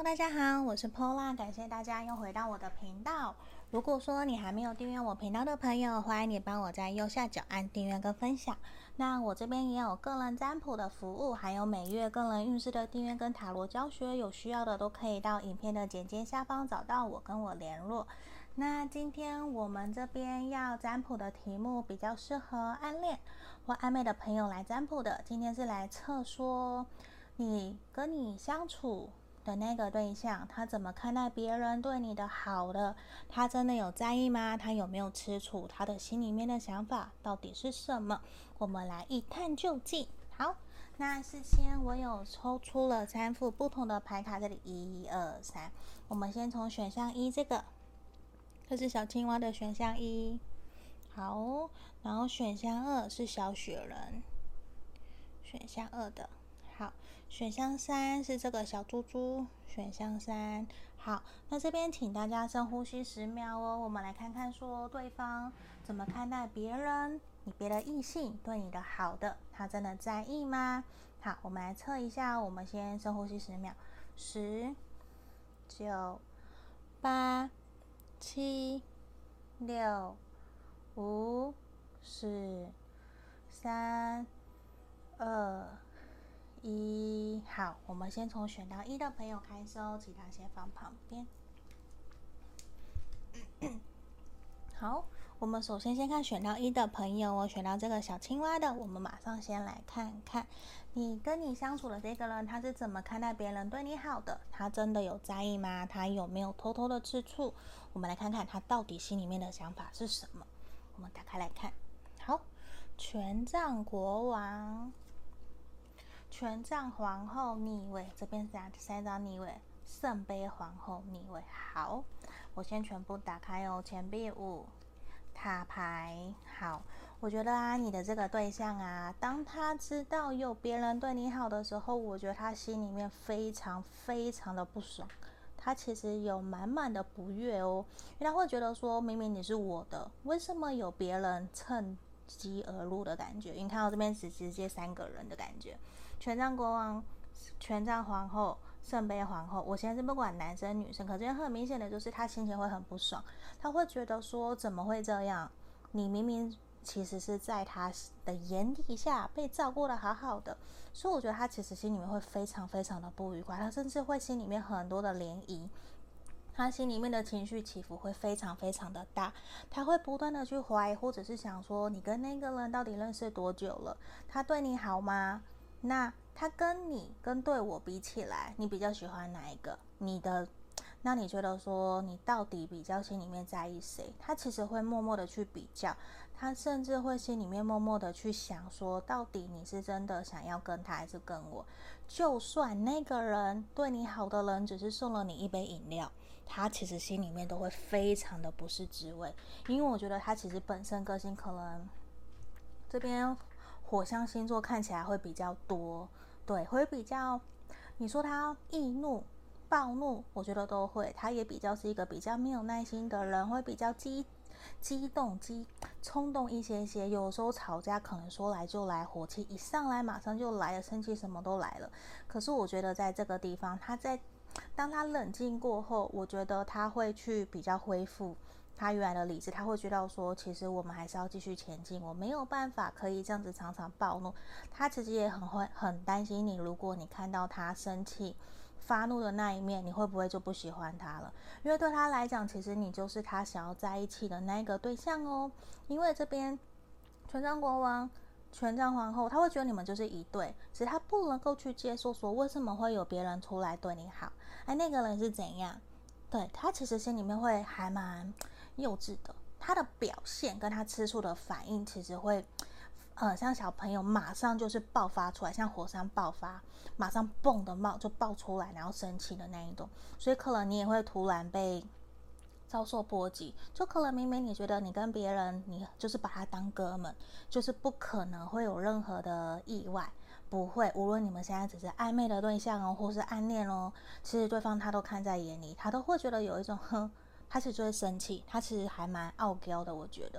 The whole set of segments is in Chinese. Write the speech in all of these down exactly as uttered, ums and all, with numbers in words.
大家好，我是 Pola， 感谢大家又回到我的频道。如果说你还没有订阅我频道的朋友，欢迎你帮我在右下角按订阅跟分享。那我这边也有个人占卜的服务，还有每月个人运势的订阅跟塔罗教学，有需要的都可以到影片的简介下方找到我，跟我联络。那今天我们这边要占卜的题目比较适合暗恋或暧昧的朋友来占卜的。今天是来测说你跟你相处的那个对象，他怎么看待别人对你的好的？他真的有在意吗？他有没有吃醋？他的心里面的想法到底是什么？我们来一探究竟。好，那事先我有抽出了三副不同的牌卡，这里一二三，我们先从选项一这个，这是小青蛙的选项一。好，然后选项二是小雪人，选项二的。好，选项三是这个小猪猪，选项三。好，那这边请大家深呼吸十秒哦，我们来看看说对方怎么看待别人，你别的异性对你的好的，他真的在意吗？好，我们来测一下，我们先深呼吸十秒，十、九、八、七、六、五、四、三、二、一。好，我们先从选到一的朋友开始哦，其他先放旁边。好，我们首先先看选到一的朋友哦，选到这个小青蛙的，我们马上先来看看你跟你相处的这个人，他是怎么看待别人对你好的？他真的有在意吗？他有没有偷偷的吃醋？我们来看看他到底心里面的想法是什么。我们打开来看。好，权杖国王，权杖皇后逆位，这边是三张逆位，圣杯皇后逆位。好，我先全部打开哦，钱币五，塔牌。好，我觉得啊，你的这个对象啊，当他知道有别人对你好的时候，我觉得他心里面非常非常的不爽，他其实有满满的不悦哦，因为他会觉得说，明明你是我的，为什么有别人趁机而入的感觉？你看到这边是直接三个人的感觉，权杖国王、权杖皇后、圣杯皇后。我现在是不管男生女生，可是很明显的就是他心情会很不爽，他会觉得说怎么会这样？你明明其实是在他的眼底下被照顾的好好的，所以我觉得他其实心里面会非常非常的不愉快，他甚至会心里面很多的涟漪。他心里面的情绪起伏会非常非常的大，他会不断的去怀疑，或者是想说你跟那个人到底认识多久了？他对你好吗？那他跟你跟对我比起来，你比较喜欢哪一个？你的，那你觉得说你到底比较心里面在意谁？他其实会默默的去比较，他甚至会心里面默默的去想说，到底你是真的想要跟他还是跟我？就算那个人对你好的人只是送了你一杯饮料，他其实心里面都会非常的不是滋味，因为我觉得他其实本身个性可能这边火象星座看起来会比较多，对，会比较，你说他易怒、暴怒，我觉得都会，他也比较是一个比较没有耐心的人，会比较激激动、激冲动一些些，有时候吵架可能说来就来，火气一上来马上就来了，生气什么都来了。可是我觉得在这个地方，他在当他冷静过后，我觉得他会去比较恢复他原来的理智，他会觉得说，其实我们还是要继续前进，我没有办法可以这样子常常暴怒。他其实也很会很担心你，如果你看到他生气、发怒的那一面，你会不会就不喜欢他了？因为对他来讲，其实你就是他想要在一起的那一个对象哦。因为这边权杖国王、权杖皇后，他会觉得你们就是一对，只是他不能够去接受说为什么会有别人出来对你好，哎，那个人是怎样？对，他其实心里面会还蛮幼稚的，他的表现跟他吃醋的反应其实会呃，像小朋友马上就是爆发出来，像火山爆发，马上蹦的冒就爆出来，然后生气的那一种，所以可能你也会突然被遭受波及，就可能明明你觉得你跟别人，你就是把他当哥们，就是不可能会有任何的意外，不会，无论你们现在只是暧昧的对象哦，或是暗恋哦，其实对方他都看在眼里，他都会觉得有一种哼，他其实就会生气，他其实还蛮傲娇的，我觉得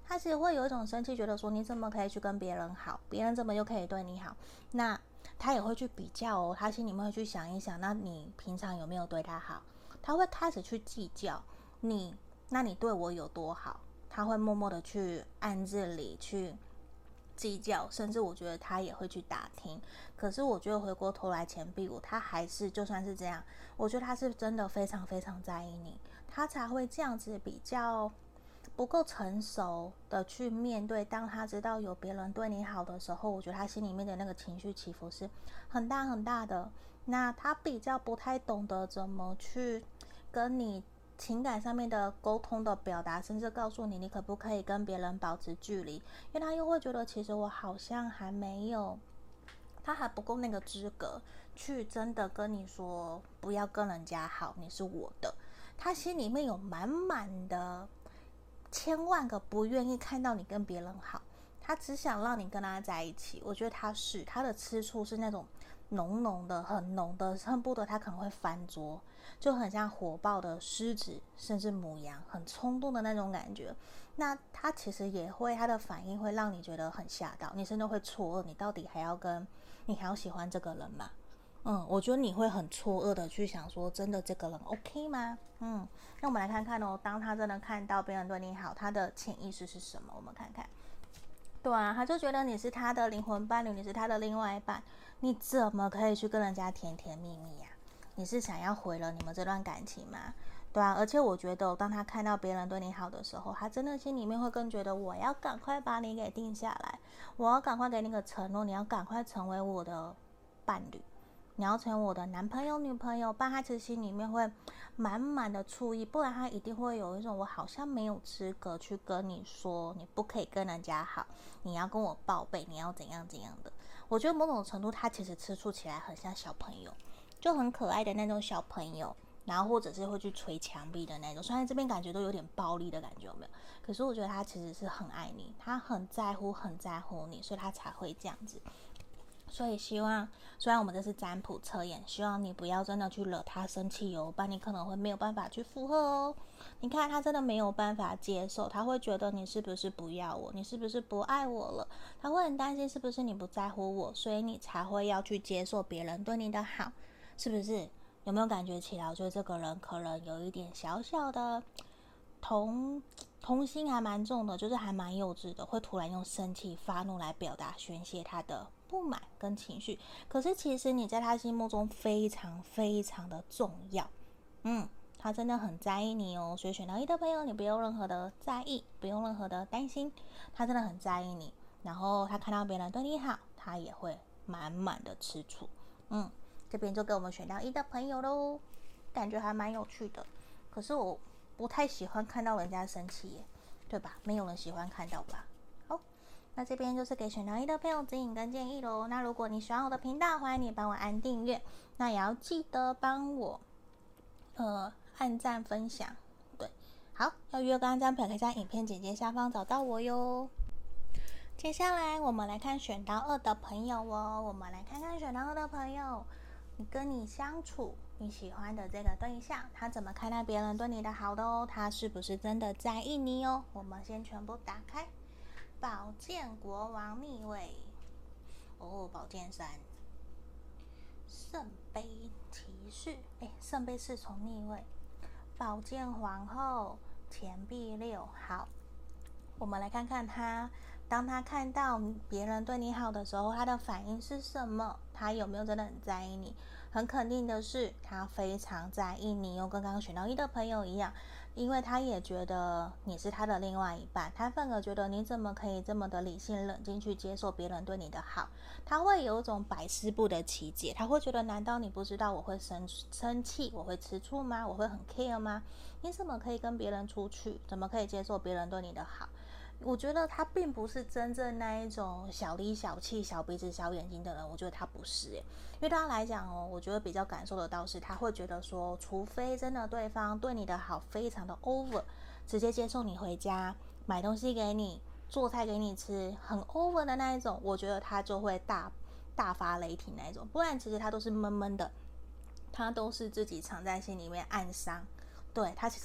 他其实会有一种生气，觉得说你怎么可以去跟别人好，别人怎么又可以对你好，那他也会去比较哦，他心里面会去想一想，那你平常有没有对他好，他会开始去计较你，那你对我有多好，他会默默的去暗自里去计较，甚至我觉得他也会去打听。可是我觉得回过头来前屁股，他还是就算是这样，我觉得他是真的非常非常在意你，他才会这样子比较不够成熟的去面对。当他知道有别人对你好的时候，我觉得他心里面的那个情绪起伏是很大很大的。那他比较不太懂得怎么去跟你情感上面的沟通的表达，甚至告诉你你可不可以跟别人保持距离，因为他又会觉得其实我好像还没有，他还不够那个资格去真的跟你说不要跟人家好，你是我的。他心里面有满满的千万个不愿意看到你跟别人好，他只想让你跟他在一起。我觉得他是他的吃醋是那种浓浓的很浓的，恨不得他可能会翻桌，就很像火爆的狮子甚至母羊，很冲动的那种感觉。那他其实也会，他的反应会让你觉得很吓到，你甚至会错愕，你到底还要跟你还要喜欢这个人吗？嗯，我觉得你会很错愕的去想说，真的这个人 OK 吗？嗯，那我们来看看哦，当他真的看到别人对你好，他的潜意识是什么？我们看看。对啊，他就觉得你是他的灵魂伴侣，你是他的另外一半，你怎么可以去跟人家甜甜蜜蜜呀、啊？你是想要毁了你们这段感情吗？对啊，而且我觉得当他看到别人对你好的时候，他真的心里面会更觉得我要赶快把你给定下来，我要赶快给你个承诺，你要赶快成为我的伴侣，你要成为我的男朋友女朋友。不然他其实心里面会满满的醋意，不然他一定会有一种我好像没有资格去跟你说你不可以跟人家好，你要跟我报备，你要怎样怎样的。我觉得某种程度他其实吃醋起来很像小朋友，就很可爱的那种小朋友，然后或者是会去捶墙壁的那种，虽然这边感觉都有点暴力的感觉，有没有？可是我觉得他其实是很爱你，他很在乎很在乎你，所以他才会这样子。所以希望，虽然我们这是占卜测验，希望你不要真的去惹他生气哦，不然你可能会没有办法去附和哦。你看他真的没有办法接受，他会觉得你是不是不要我，你是不是不爱我了，他会很担心是不是你不在乎我，所以你才会要去接受别人对你的好，是不是？有没有感觉起来？我觉得这个人可能有一点小小的同同心还蛮重的，就是还蛮幼稚的，会突然用生气发怒来表达宣泄他的不满跟情绪。可是其实你在他心目中非常非常的重要，嗯，他真的很在意你哦。所以选到一的朋友，你不用任何的在意，不用任何的担心，他真的很在意你。然后他看到别人对你好，他也会满满的吃醋。嗯，这边就给我们选到一的朋友咯，感觉还蛮有趣的。可是我不太喜欢看到人家生气耶，对吧？没有人喜欢看到吧？好，那这边就是给选到一的朋友指引跟建议咯。那如果你喜欢我的频道，欢迎你帮我按订阅，那也要记得帮我呃按赞分享。对，好，要约跟按赞朋友可以在影片简介下方找到我哟。接下来我们来看选到二的朋友哦，我们来看看选到二的朋友，你跟你相处你喜欢的这个对象，他怎么看待别人对你的好的哦？他是不是真的在意你哦？我们先全部打开。宝剑国王逆位，哦，宝剑三，圣杯骑士，哎，圣杯四重逆位，宝剑皇后，钱币六。好，我们来看看他，当他看到别人对你好的时候，他的反应是什么？他有没有真的很在意你？很肯定的是，他非常在意你哦，跟刚刚选到一的朋友一样，因为他也觉得你是他的另外一半，他反而觉得你怎么可以这么的理性冷静去接受别人对你的好，他会有一种百思不得其解，他会觉得难道你不知道我会生生气，我会吃醋吗？我会很 care 吗？你怎么可以跟别人出去？怎么可以接受别人对你的好？我觉得他并不是真正那一种小里小气、小鼻子小眼睛的人，我觉得他不是耶。因为对他来讲哦，我觉得比较感受得到是，他会觉得说，除非真的对方对你的好非常的 over， 直接接送你回家，买东西给你，做菜给你吃，很 over 的那一种，我觉得他就会大大发雷霆那一种。不然其实他都是闷闷的，他都是自己藏在心里面暗伤。对，他其实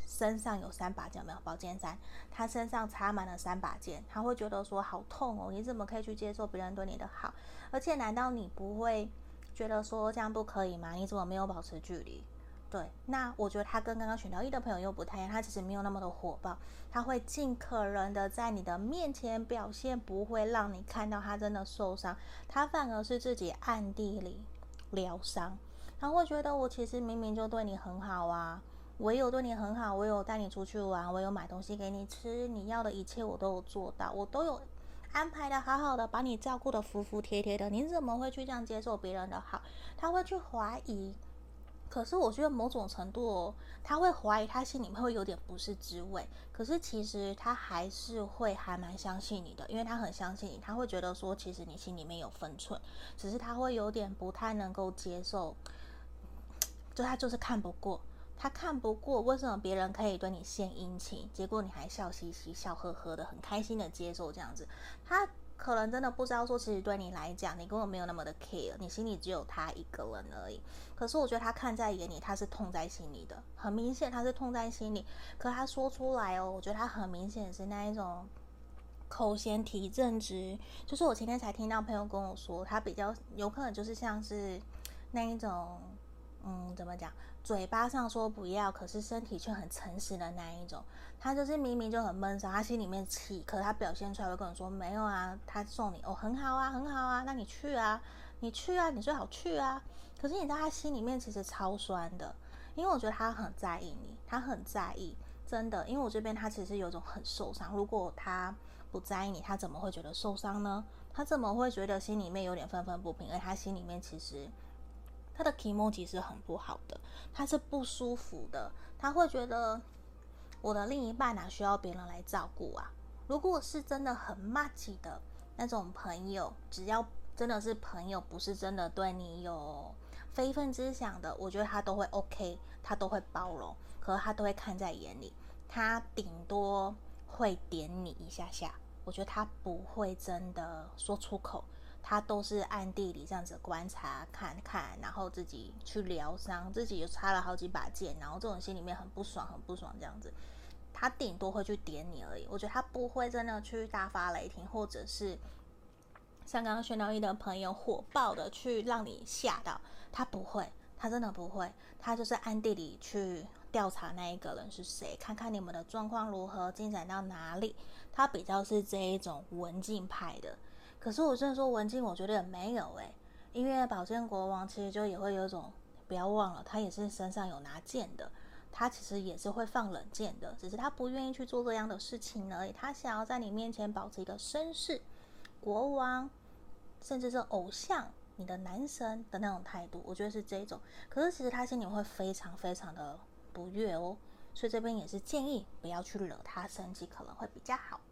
身上有三把剑，有没有宝剑三？他身上插满了三把剑，他会觉得说好痛哦，你怎么可以去接受别人对你的好？而且难道你不会觉得说这样不可以吗？你怎么没有保持距离？对，那我觉得他跟刚刚选到一的朋友又不太一样，他其实没有那么的火爆，他会尽可能的在你的面前表现，不会让你看到他真的受伤，他反而是自己暗地里疗伤。他会觉得我其实明明就对你很好啊，我有对你很好，我有带你出去玩，我有买东西给你吃，你要的一切我都有做到，我都有安排的好好的，把你照顾的服服帖帖的，你怎么会去这样接受别人的好？他会去怀疑。可是我觉得某种程度哦，他会怀疑，他心里面会有点不是滋味。可是其实他还是会还蛮相信你的，因为他很相信你，他会觉得说，其实你心里面有分寸，只是他会有点不太能够接受，就他就是看不过，他看不过为什么别人可以对你献殷勤，结果你还笑嘻嘻、笑呵呵的，很开心的接受这样子，他。可能真的不知道说，其实对你来讲，你根本没有那么的 care， 你心里只有他一个人而已。可是我觉得他看在眼里，他是痛在心里的，很明显他是痛在心里。可他说出来哦，我觉得他很明显是那一种口嫌体正直。就是我前天才听到朋友跟我说，他比较有可能就是像是那一种，嗯，怎么讲？嘴巴上说不要，可是身体却很诚实的那一种。他就是明明就很闷骚，他心里面气，可他表现出来会跟你说没有啊，他送你哦，很好啊，很好啊，那你去啊，你去啊，你最好去啊。可是你知道他心里面其实超酸的，因为我觉得他很在意你，他很在意，真的。因为我这边他其实有种很受伤，如果他不在意你，他怎么会觉得受伤呢？他怎么会觉得心里面有点愤愤不平？而他心里面其实他的 emoji 是很不好的，他是不舒服的，他会觉得我的另一半哪、啊、需要别人来照顾啊？如果是真的很默契的那种朋友，只要真的是朋友，不是真的对你有非分之想的，我觉得他都会 OK， 他都会包容，可是他都会看在眼里，他顶多会点你一下下，我觉得他不会真的说出口，他都是暗地里这样子观察看看，然后自己去疗伤，自己又插了好几把剑，然后这种心里面很不爽很不爽这样子，他顶多会去点你而已，我觉得他不会真的去大发雷霆，或者是像刚刚选到一的朋友火爆的去让你吓到，他不会，他真的不会，他就是暗地里去调查那一个人是谁，看看你们的状况如何，进展到哪里，他比较是这一种文静派的。可是我真的说文静，我觉得也没有诶、欸，因为宝剑国王其实就也会有一种，不要忘了，他也是身上有拿剑的，他其实也是会放冷箭的，只是他不愿意去做这样的事情而已，他想要在你面前保持一个绅士、国王，甚至是偶像、你的男神的那种态度，我觉得是这种。可是其实他心里会非常非常的不悦哦，所以这边也是建议不要去惹他生气，可能会比较好。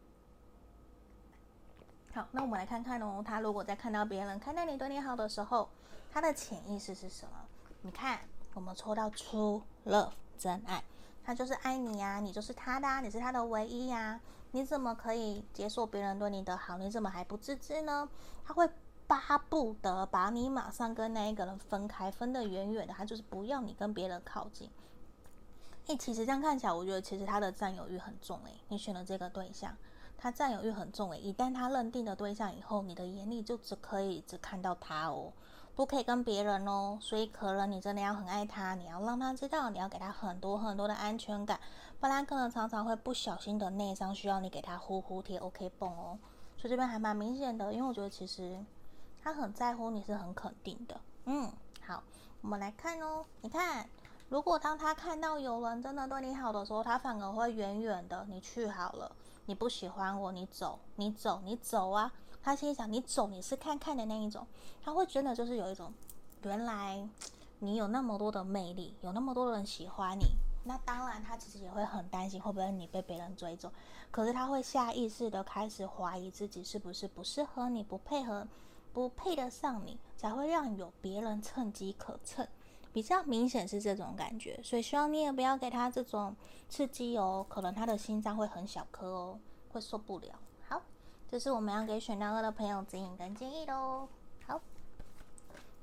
好，那我们来看看哦，他如果在看到别人看待你对你好的时候，他的潜意识是什么？你看，我们抽到 True Love 真爱，他就是爱你呀、啊，你就是他的、啊，你是他的唯一呀、啊，你怎么可以接受别人对你的好？你怎么还不自知呢？他会巴不得把你马上跟那一个人分开，分得远远的，他就是不要你跟别人靠近。诶，其实这样看起来，我觉得其实他的占有欲很重诶，你选了这个对象。他占有欲很重诶，一旦他认定的对象以后，你的眼里就只可以只看到他哦，不可以跟别人哦。所以可能你真的要很爱他，你要让他知道，你要给他很多很多的安全感，不然可能常常会不小心的内伤，需要你给他呼呼贴 OK 绷哦。所以这边还蛮明显的，因为我觉得其实他很在乎你，是很肯定的。嗯，好，我们来看哦，你看。如果当他看到有人真的对你好的时候，他反而会远远的，你去好了，你不喜欢我，你走，你走，你走啊！他心里想，你走，你是看看的那一种，他会真的就是有一种，原来你有那么多的魅力，有那么多人喜欢你，那当然他其实也会很担心会不会你被别人追走，可是他会下意识的开始怀疑自己是不是不适合你，不配合，不配得上你，才会让有别人趁机可乘。比较明显是这种感觉，所以希望你也不要给他这种刺激哦，可能他的心脏会很小颗哦，会受不了。好，这是我们要给选到二的朋友指引跟建议咯。好，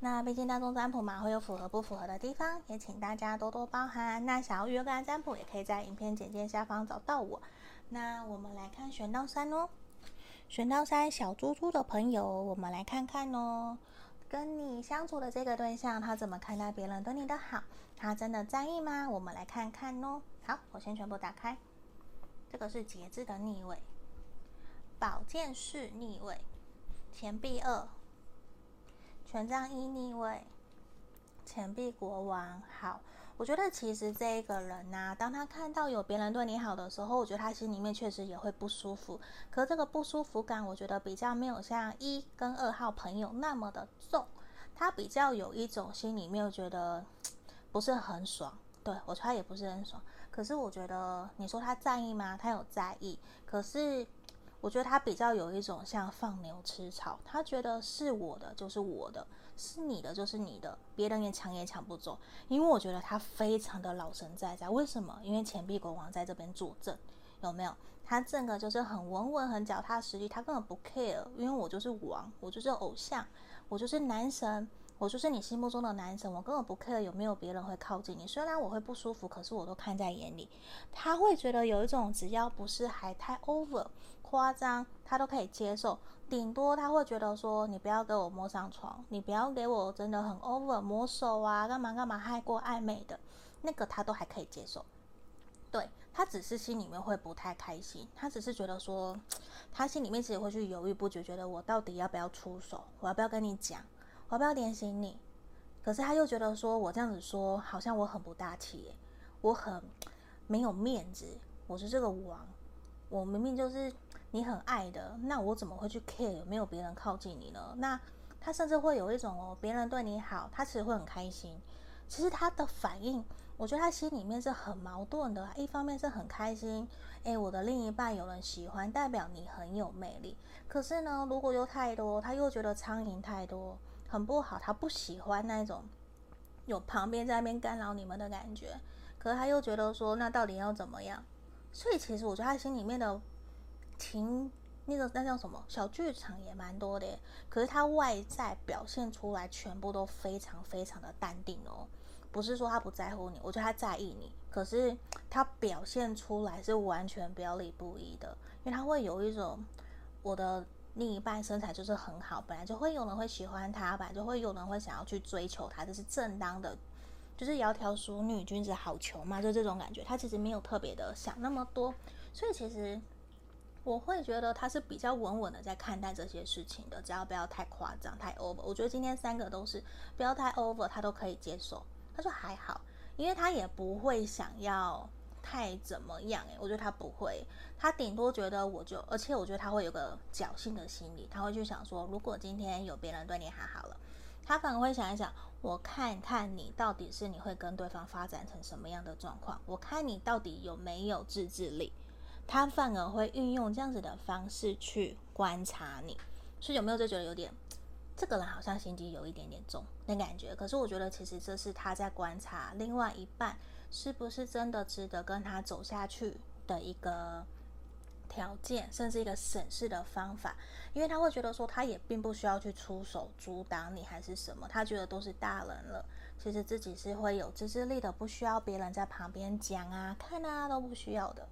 那毕竟大众占卜嘛，会有符合不符合的地方，也请大家多多包涵。那想要预约个案占卜，也可以在影片简介下方找到我。那我们来看选到三哦，选到三小猪猪的朋友，我们来看看哦，跟你相处的这个对象，他怎么看待别人对你的好？他真的在意吗？我们来看看哦。好，我先全部打开。这个是节制的逆位，宝剑四逆位，钱币二，权杖一逆位，钱币国王。好，我觉得其实这一个人啊，当他看到有别人对你好的时候，我觉得他心里面确实也会不舒服。可这个不舒服感，我觉得比较没有像一跟二号朋友那么的重，他比较有一种心里面觉得不是很爽。对，我觉得他也不是很爽。可是我觉得你说他在意吗？他有在意，可是我觉得他比较有一种像放牛吃草，他觉得是我的就是我的，是你的就是你的，别人也抢也抢不走。因为我觉得他非常的老神在在，为什么？因为钱币国王在这边坐镇，有没有？他整个就是很稳稳很脚踏实地，他根本不 care， 因为我就是王，我就是偶像，我就是男神，我就是你心目中的男神，我根本不 care 有没有别人会靠近你。虽然我会不舒服，可是我都看在眼里。他会觉得有一种只要不是还太 over 夸张，他都可以接受。顶多他会觉得说，你不要给我摸上床，你不要给我真的很 over 摸手啊，干嘛干嘛太过暧昧的，那个他都还可以接受。对，他只是心里面会不太开心，他只是觉得说，他心里面其实会去犹豫不决，觉得我到底要不要出手，我要不要跟你讲，我要不要联系你？可是他又觉得说，我这样子说好像我很不大气耶，我很没有面子，我是这个王，我明明就是你很爱的，那我怎么会去 care 有没有别人靠近你呢？那他甚至会有一种哦，别人对你好，他其实会很开心。其实他的反应，我觉得他心里面是很矛盾的。一方面是很开心，诶，我的另一半有人喜欢，代表你很有魅力。可是呢，如果又太多，他又觉得苍蝇太多，很不好。他不喜欢那种有旁边在那边干扰你们的感觉。可是他又觉得说，那到底要怎么样？所以其实我觉得他心里面的情那个那叫什么小剧场也蛮多的耶，可是他外在表现出来全部都非常非常的淡定哦。不是说他不在乎你，我觉得他在意你，可是他表现出来是完全表里不一的，因为他会有一种我的另一半身材就是很好，本来就会有人会喜欢他，本来就会有人会想要去追求他，这是正当的，就是窈窕淑女君子好逑嘛，就这种感觉。他其实没有特别的想那么多，所以其实我会觉得他是比较稳稳的在看待这些事情的，只要不要太夸张太 over。我觉得今天三个都是不要太 over，他都可以接受。他说还好，因为他也不会想要太怎么样诶，我觉得他不会，他顶多觉得我就，而且我觉得他会有个侥幸的心理，他会去想说，如果今天有别人对你还好了，他反而会想一想，我看看你到底是你会跟对方发展成什么样的状况，我看你到底有没有自制力，他反而会运用这样子的方式去观察你，所以有没有就觉得有点这个人好像心机有一点点重的感觉。可是我觉得其实这是他在观察另外一半是不是真的值得跟他走下去的一个条件，甚至一个审视的方法。因为他会觉得说他也并不需要去出手阻挡你还是什么，他觉得都是大人了，其实自己是会有自制力的，不需要别人在旁边讲啊看啊，都不需要的。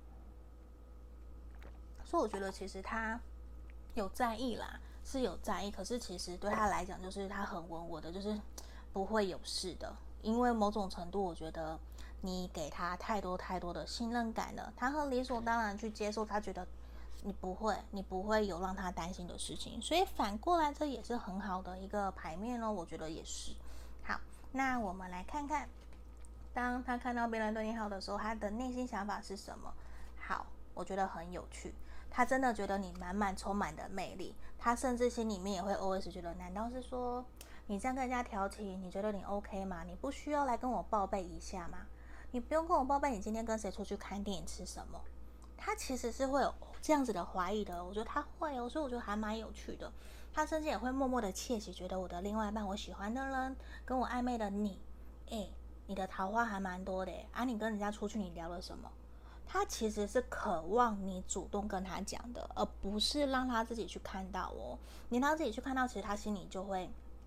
所以我觉得其实他有在意啦，是有在意，可是其实对他来讲就是他很稳稳的，就是不会有事的。因为某种程度我觉得你给他太多太多的信任感了，他很理所当然去接受，他觉得你不会你不会有让他担心的事情，所以反过来这也是很好的一个牌面哦，我觉得也是。好，那我们来看看当他看到别人对你好的时候，他的内心想法是什么。好，我觉得很有趣，他真的觉得你满满充满的魅力，他甚至心里面也会 always 觉得，难道是说你这样跟人家调情，你觉得你 OK 吗？你不需要来跟我报备一下吗？你不用跟我报备你今天跟谁出去看电影吃什么。他其实是会有这样子的怀疑的，我觉得他会哦，所以我觉得还蛮有趣的。他甚至也会默默的窃喜，觉得我的另外一半，我喜欢的人，跟我暧昧的你，诶，你的桃花还蛮多的啊，你跟人家出去你聊了什么？他其实是渴望你主动跟他讲的，而不是让他自己去看到哦。你让他自己去看到，其实他心里就会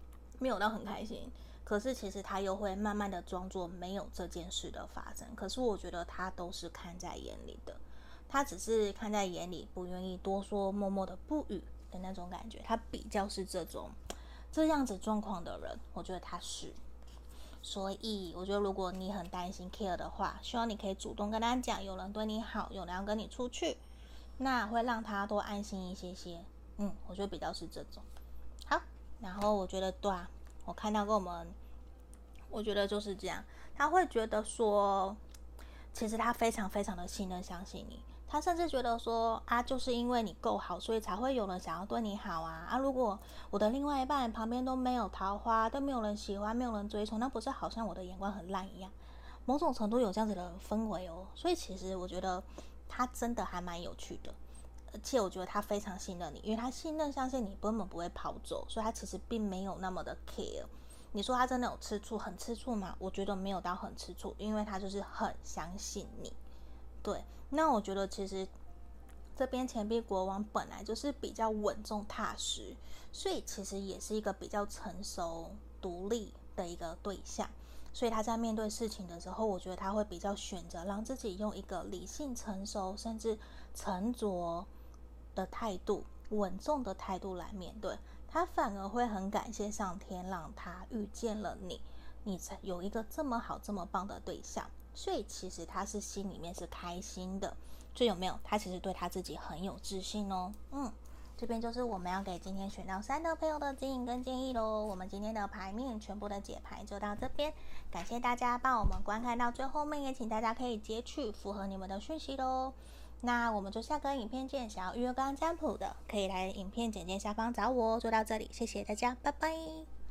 没有到很开心，可是其实他又会慢慢的装作没有这件事的发生，可是我觉得他都是看在眼里的，他只是看在眼里，不愿意多说，默默的不语的那种感觉，他比较是这种这样子状况的人，我觉得他是。所以我觉得如果你很担心 care 的话，希望你可以主动跟他讲，有人对你好，有人要跟你出去，那会让他多安心一些些。嗯，我觉得比较是这种。好，然后我觉得对啊，我看到跟我们，我觉得就是这样，他会觉得说，其实他非常非常的信任相信你，他甚至觉得说啊，就是因为你够好，所以才会有人想要对你好啊啊！如果我的另外一半旁边都没有桃花，都没有人喜欢，没有人追求，那不是好像我的眼光很烂一样？某种程度有这样子的氛围哦，所以其实我觉得他真的还蛮有趣的，而且我觉得他非常信任你，因为他信任相信你根本不会跑走，所以他其实并没有那么的 care。你说他真的有吃醋，很吃醋吗？我觉得没有到很吃醋，因为他就是很相信你。对，那我觉得其实这边钱币国王本来就是比较稳重踏实，所以其实也是一个比较成熟独立的一个对象，所以他在面对事情的时候，我觉得他会比较选择让自己用一个理性成熟甚至沉着的态度，稳重的态度来面对，他反而会很感谢上天让他遇见了你，你才有一个这么好这么棒的对象，所以其实他是心里面是开心的，所以有没有他其实对他自己很有自信哦。嗯，这边就是我们要给今天选到三的朋友的指引跟建议咯。我们今天的牌面全部的解牌就到这边，感谢大家帮我们观看到最后面，也请大家可以截取符合你们的讯息咯。那我们就下个影片见，想要预约刚占卜的可以来影片简介下方找我哦。就到这里，谢谢大家，拜拜。